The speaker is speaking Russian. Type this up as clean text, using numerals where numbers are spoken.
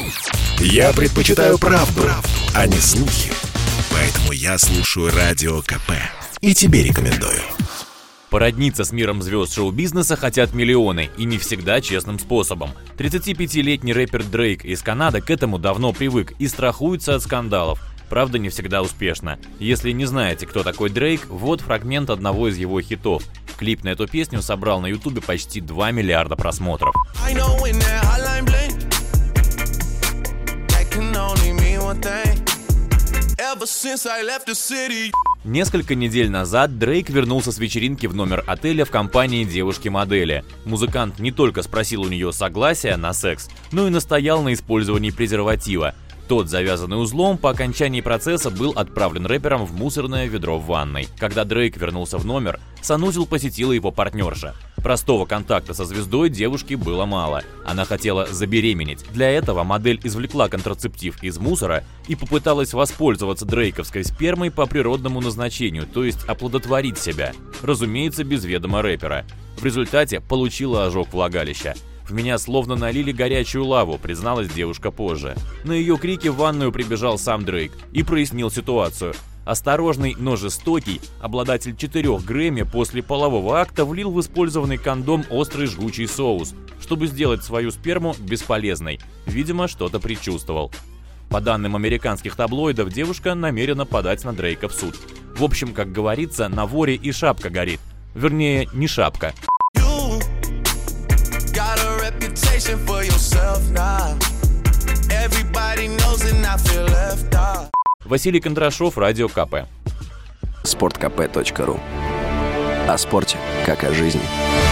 Я предпочитаю правду, а не слухи. Поэтому я слушаю Радио КП. И тебе рекомендую. Породниться с миром звезд шоу-бизнеса хотят миллионы, и не всегда честным способом. 35-летний рэпер Дрейк из Канады к этому давно привык и страхуется от скандалов. Правда, не всегда успешно. Если не знаете, кто такой Дрейк, вот фрагмент одного из его хитов. Клип на эту песню собрал на Ютубе почти 2 миллиарда просмотров. Несколько недель назад Дрейк вернулся с вечеринки в номер отеля в компании девушки-модели. Музыкант не только спросил у нее согласия на секс, но и настоял на использовании презерватива. Тот, завязанный узлом, по окончании процесса был отправлен рэпером в мусорное ведро в ванной. Когда Дрейк вернулся в номер, санузел посетила его партнерша. Простого контакта со звездой девушке было мало. Она хотела забеременеть. Для этого модель извлекла контрацептив из мусора и попыталась воспользоваться дрейковской спермой по природному назначению, то есть оплодотворить себя. Разумеется, без ведома рэпера. В результате получила ожог влагалища. «В меня словно налили горячую лаву», призналась девушка позже. На ее крики в ванную прибежал сам Дрейк и прояснил ситуацию. Осторожный, но жестокий, обладатель 4 Грэмми после полового акта влил в использованный кондом острый жгучий соус, чтобы сделать свою сперму бесполезной. Видимо, что-то предчувствовал. По данным американских таблоидов, девушка намерена подать на Дрейка в суд. В общем, как говорится, на воре и шапка горит. Вернее, не шапка. Василий Кондрашов, Радио КП. Sportkp.ru. О спорте, как о жизни.